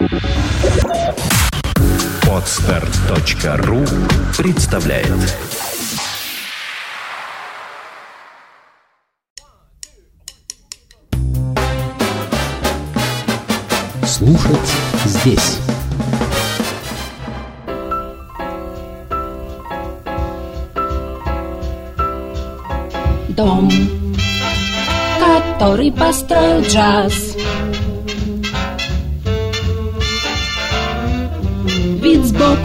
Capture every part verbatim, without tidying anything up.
Подстер точка ру представляет. Слушать здесь. Дом, который построил джаз. Вид сбоку.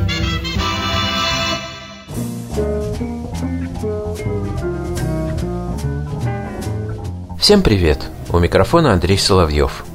Всем привет! У микрофона Андрей Соловьев.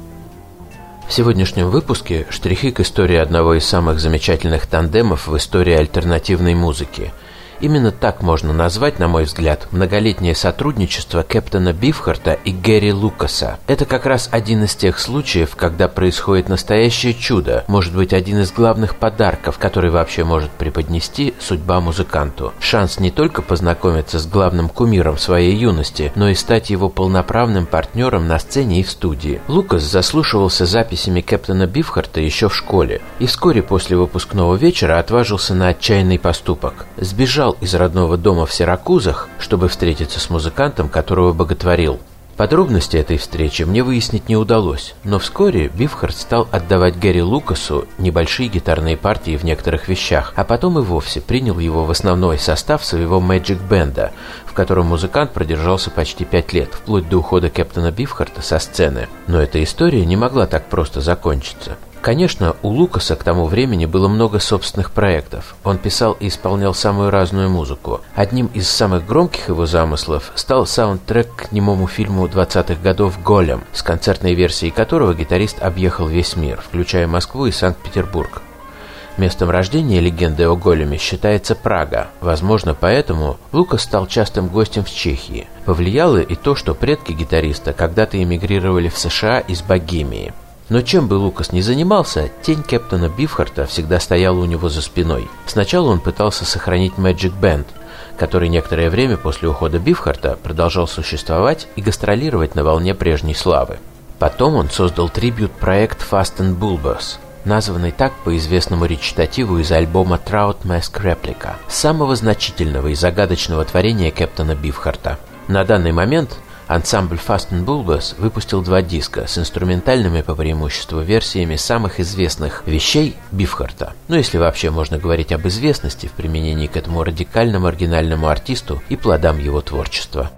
В сегодняшнем выпуске штрихи к истории одного из самых замечательных тандемов в истории альтернативной музыки. Именно так можно назвать, на мой взгляд, многолетнее сотрудничество Кэптона Бифхарта и Гэри Лукаса. Это как раз один из тех случаев, когда происходит настоящее чудо, может быть, один из главных подарков, который вообще может преподнести судьба музыканту. Шанс не только познакомиться с главным кумиром своей юности, но и стать его полноправным партнером на сцене и в студии. Лукас заслушивался записями Кэптона Бифхарта еще в школе, и вскоре после выпускного вечера отважился на отчаянный поступок. Сбежал из родного дома в Сиракузах, чтобы встретиться с музыкантом, которого боготворил. Подробности этой встречи мне выяснить не удалось, но вскоре Бифхарт стал отдавать Гэри Лукасу небольшие гитарные партии в некоторых вещах, а потом и вовсе принял его в основной состав своего Magic Band, в котором музыкант продержался почти пять лет, вплоть до ухода Кэптона Бифхарта со сцены. Но эта история не могла так просто закончиться. Конечно, у Лукаса к тому времени было много собственных проектов. Он писал и исполнял самую разную музыку. Одним из самых громких его замыслов стал саундтрек к немому фильму двадцатых годов «Голем», с концертной версией которого гитарист объехал весь мир, включая Москву и Санкт-Петербург. Местом рождения легенды о Големе считается Прага. Возможно, поэтому Лукас стал частым гостем в Чехии. Повлияло и то, что предки гитариста когда-то эмигрировали в США из Богемии. Но чем бы Лукас ни занимался, тень Кэптона Бифхарта всегда стояла у него за спиной. Сначала он пытался сохранить Magic Band, который некоторое время после ухода Бифхарта продолжал существовать и гастролировать на волне прежней славы. Потом он создал трибьют-проект Fast and Bulbous, названный так по известному речитативу из альбома Trout Mask Replica, самого значительного и загадочного творения Кэптона Бифхарта. На данный момент ансамбль Fast and Bulbous выпустил два диска с инструментальными по преимуществу версиями самых известных вещей Бифхарта. Ну, если вообще можно говорить об известности в применении к этому радикальному оригинальному артисту и плодам его творчества.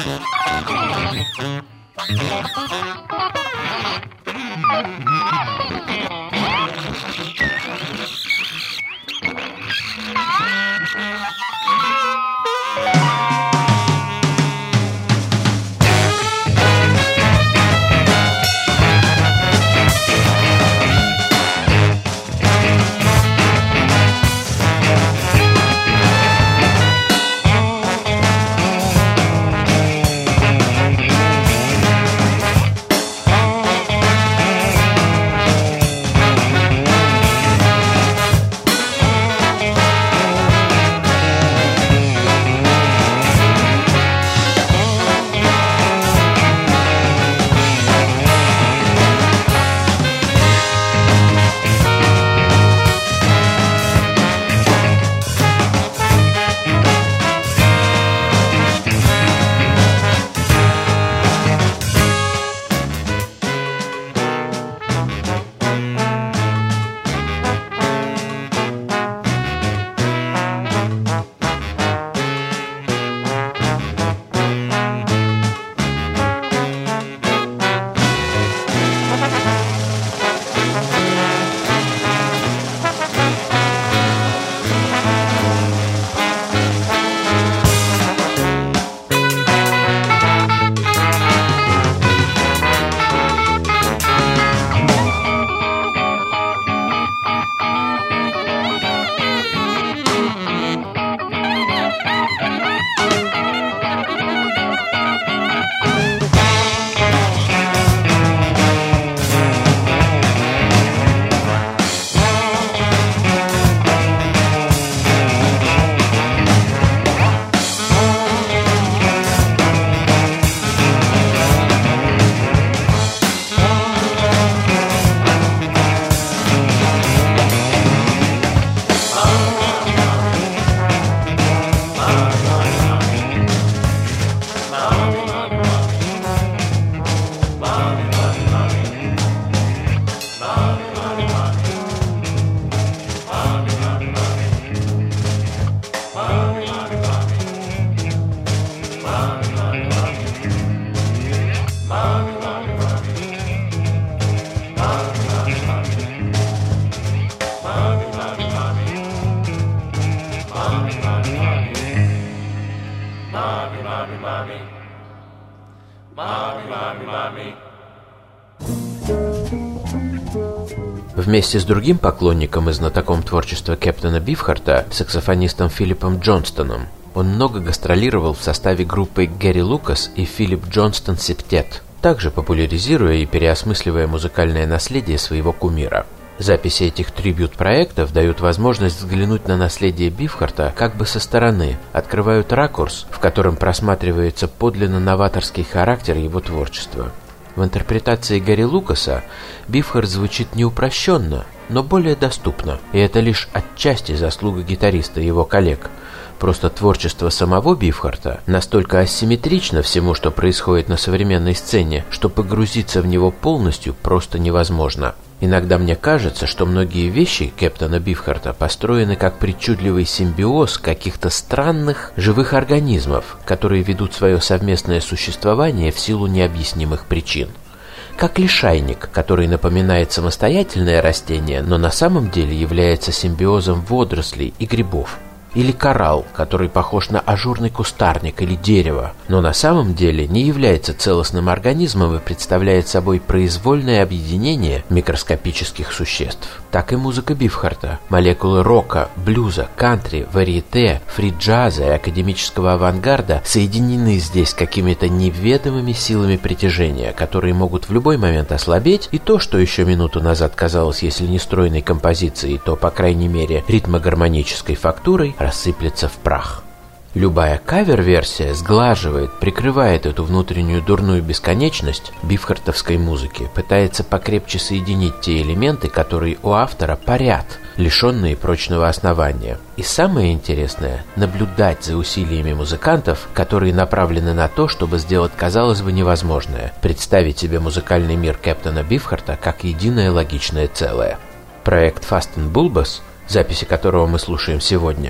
Вместе с другим поклонником и знатоком творчества Кэптона Бифхарта, саксофонистом Филиппом Джонстоном, он много гастролировал в составе группы Гэри Лукас и Филипп Джонстон Септет, также популяризируя и переосмысливая музыкальное наследие своего кумира. Записи этих трибьют-проектов дают возможность взглянуть на наследие Бифхарта как бы со стороны, открывают ракурс, в котором просматривается подлинно новаторский характер его творчества. В интерпретации Гэри Лукаса Бифхарт звучит не упрощенно, но более доступно, и это лишь отчасти заслуга гитариста и его коллег. Просто творчество самого Бифхарта настолько асимметрично всему, что происходит на современной сцене, что погрузиться в него полностью просто невозможно. Иногда мне кажется, что многие вещи Кэптона Бифхарта построены как причудливый симбиоз каких-то странных живых организмов, которые ведут свое совместное существование в силу необъяснимых причин. Как лишайник, который напоминает самостоятельное растение, но на самом деле является симбиозом водорослей и грибов. Или коралл, который похож на ажурный кустарник или дерево, но на самом деле не является целостным организмом и представляет собой произвольное объединение микроскопических существ. Так и музыка Бифхарта. Молекулы рока, блюза, кантри, варьете, фри-джаза и академического авангарда соединены здесь какими-то неведомыми силами притяжения, которые могут в любой момент ослабеть, и то, что еще минуту назад казалось, если не стройной композицией, то, по крайней мере, ритмогармонической фактурой, рассыплется в прах. Любая кавер-версия сглаживает, прикрывает эту внутреннюю дурную бесконечность бифхартовской музыки, пытается покрепче соединить те элементы, которые у автора парят, лишенные прочного основания. И самое интересное – наблюдать за усилиями музыкантов, которые направлены на то, чтобы сделать, казалось бы, невозможное – представить себе музыкальный мир Кэптона Бифхарта как единое логичное целое. Проект Fast and Bulbous, записи которого мы слушаем сегодня,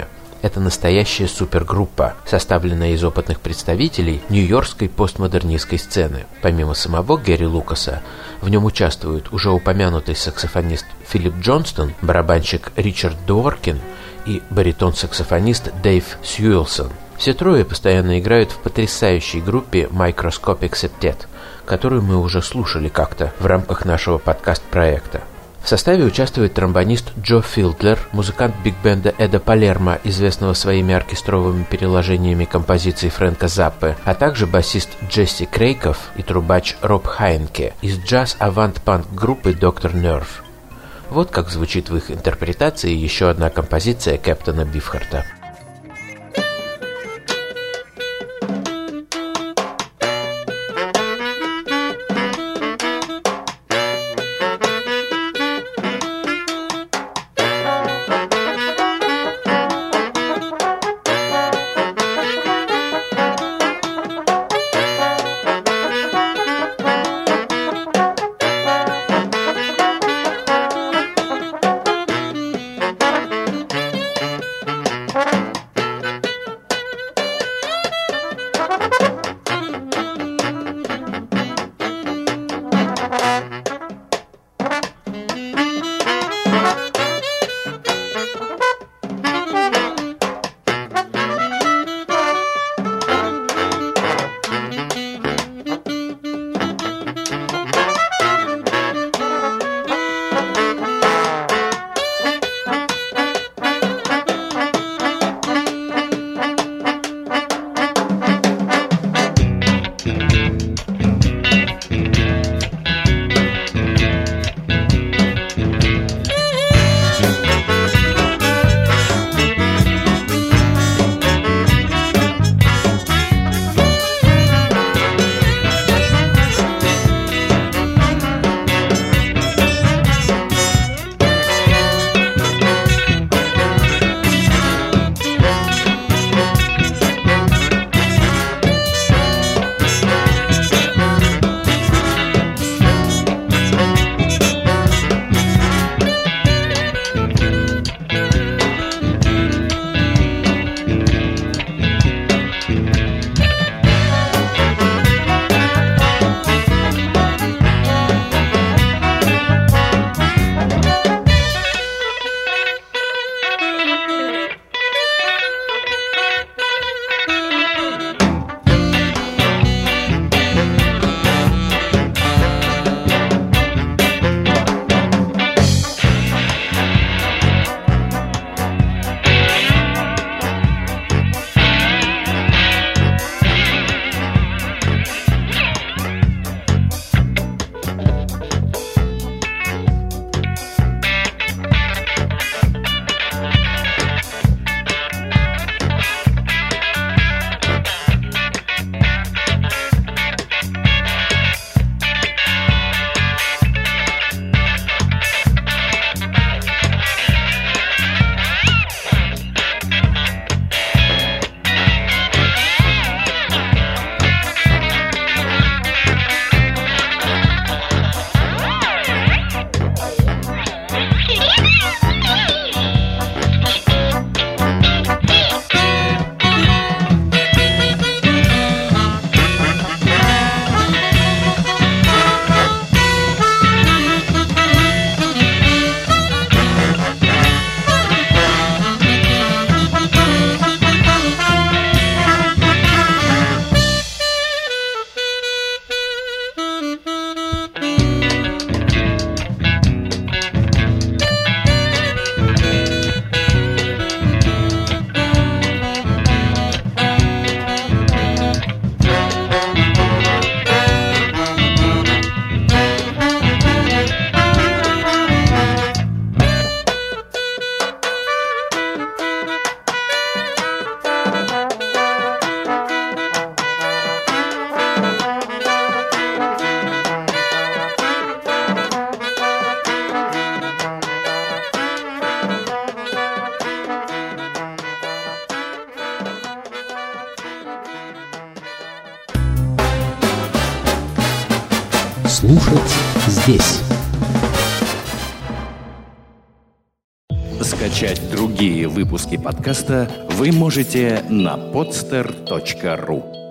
Это настоящая супергруппа, составленная из опытных представителей нью-йоркской постмодернистской сцены. Помимо самого Гэри Лукаса, в нем участвуют уже упомянутый саксофонист Филипп Джонстон, барабанщик Ричард Дворкин и баритон-саксофонист Дэйв Сьюэлсон. Все трое постоянно играют в потрясающей группе Microscopic Septet, которую мы уже слушали как-то в рамках нашего подкаст-проекта. В составе участвует тромбонист Джо Филдлер, музыкант биг-бенда Эда Палермо, известного своими оркестровыми переложениями композиций Фрэнка Заппы, а также басист Джесси Крейков и трубач Роб Хайнке из джаз-авант-панк группы доктор Нерв. Вот как звучит в их интерпретации еще одна композиция Кэптона Бифхарта. Слушать здесь. Скачать другие выпуски подкаста вы можете на podster точка ru.